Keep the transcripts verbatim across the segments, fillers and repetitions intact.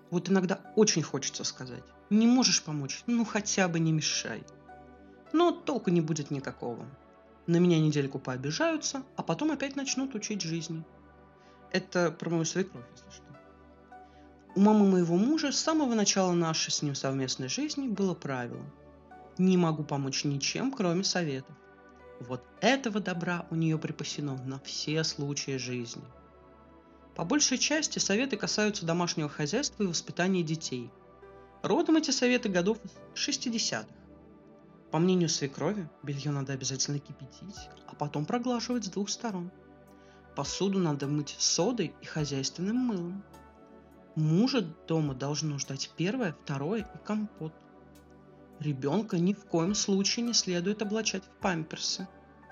Вот иногда очень хочется сказать: не можешь помочь, ну хотя бы не мешай. Но толку не будет никакого. На меня недельку пообижаются, а потом опять начнут учить жизни. Это про мою свекровь, если что. У мамы моего мужа с самого начала нашей с ним совместной жизни было правило: не могу помочь ничем, кроме советов. Вот этого добра у нее припасено на все случаи жизни. По большей части советы касаются домашнего хозяйства и воспитания детей. Родом эти советы годов шестидесятых. По мнению свекрови, белье надо обязательно кипятить, а потом проглаживать с двух сторон. Посуду надо мыть содой и хозяйственным мылом. Мужа дома должно ждать первое, второе и компот. Ребенка ни в коем случае не следует облачать в памперсы.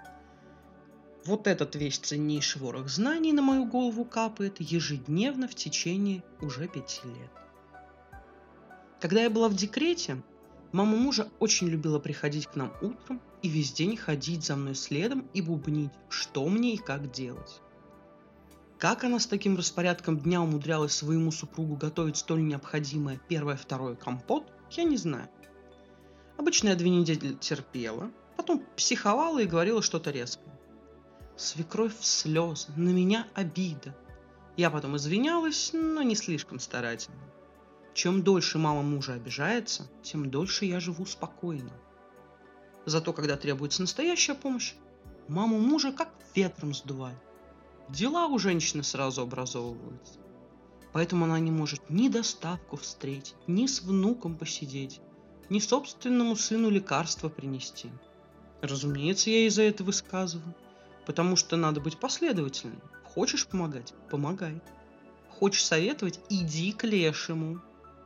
Вот этот весь ценнейший ворох знаний на мою голову капает ежедневно в течение уже пяти лет. Когда я была в декрете, мама мужа очень любила приходить к нам утром и весь день ходить за мной следом и бубнить, что мне и как делать. Как она с таким распорядком дня умудрялась своему супругу готовить столь необходимое первое, второе компот, я не знаю. Обычно я две недели терпела, потом психовала и говорила что-то резкое. Свекровь в слезы, на меня обида. Я потом извинялась, но не слишком старательно. Чем дольше мама мужа обижается, тем дольше я живу спокойно. Зато когда требуется настоящая помощь, маму мужа как ветром сдувает. Дела у женщины сразу образовываются. Поэтому она не может ни доставку встретить, ни с внуком посидеть, ни собственному сыну лекарства принести. Разумеется, я ей за это высказываю, потому что надо быть последовательным. Хочешь помогать – помогай. Хочешь советовать – иди к лешему.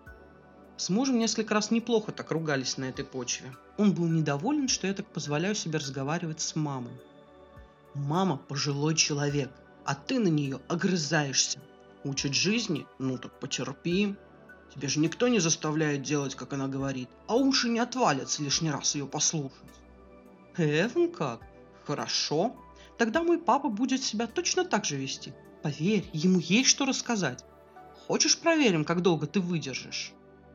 С мужем несколько раз неплохо так ругались на этой почве. Он был недоволен, что я так позволяю себе разговаривать с мамой. Мама – пожилой человек, а ты на нее огрызаешься. Учит жизни? Ну так потерпи. Тебе же никто не заставляет делать, как она говорит, а уши не отвалятся лишний раз ее послушать. Эван как? Хорошо. Тогда мой папа будет себя точно так же вести. Поверь, ему есть что рассказать. Хочешь, проверим, как долго ты выдержишь?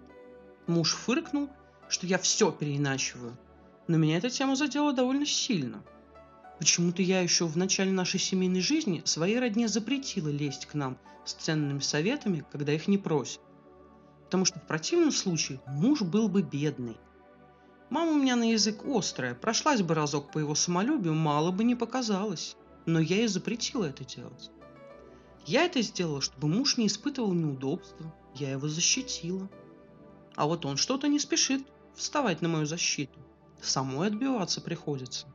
Муж фыркнул, что я все переиначиваю, но меня эта тема задела довольно сильно. Почему-то я еще в начале нашей семейной жизни своей родне запретила лезть к нам с ценными советами, когда их не просят. Потому что в противном случае муж был бы бедный. Мама у меня на язык острая, прошлась бы разок по его самолюбию, мало бы не показалось. Но я ей запретила это делать. Я это сделала, чтобы муж не испытывал неудобства, я его защитила. А вот он что-то не спешит вставать на мою защиту. Самой отбиваться приходится.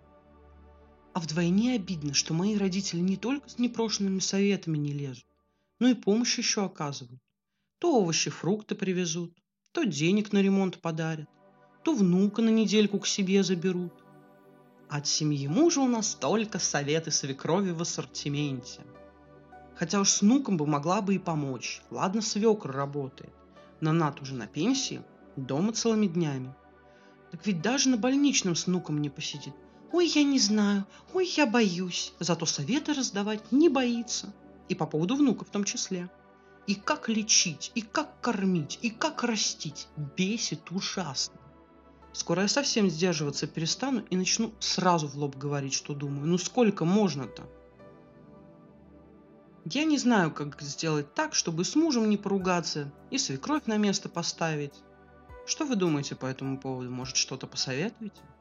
А вдвойне обидно, что мои родители не только с непрошенными советами не лезут, но и помощь еще оказывают. То овощи, фрукты привезут, то денег на ремонт подарят, то внука на недельку к себе заберут. От семьи мужа у нас только советы свекрови в ассортименте. Хотя уж с внуком бы могла бы и помочь. Ладно, свекр работает, но она уже на пенсии, дома целыми днями. Так ведь даже на больничном с внуком не посидит. Ой, я не знаю, ой, я боюсь. Зато советы раздавать не боится. И по поводу внука в том числе. И как лечить, и как кормить, и как растить. Бесит ужасно. Скоро я совсем сдерживаться перестану и начну сразу в лоб говорить, что думаю. Ну сколько можно-то? Я не знаю, как сделать так, чтобы с мужем не поругаться и свекровь на место поставить. Что вы думаете по этому поводу? Может, что-то посоветуете?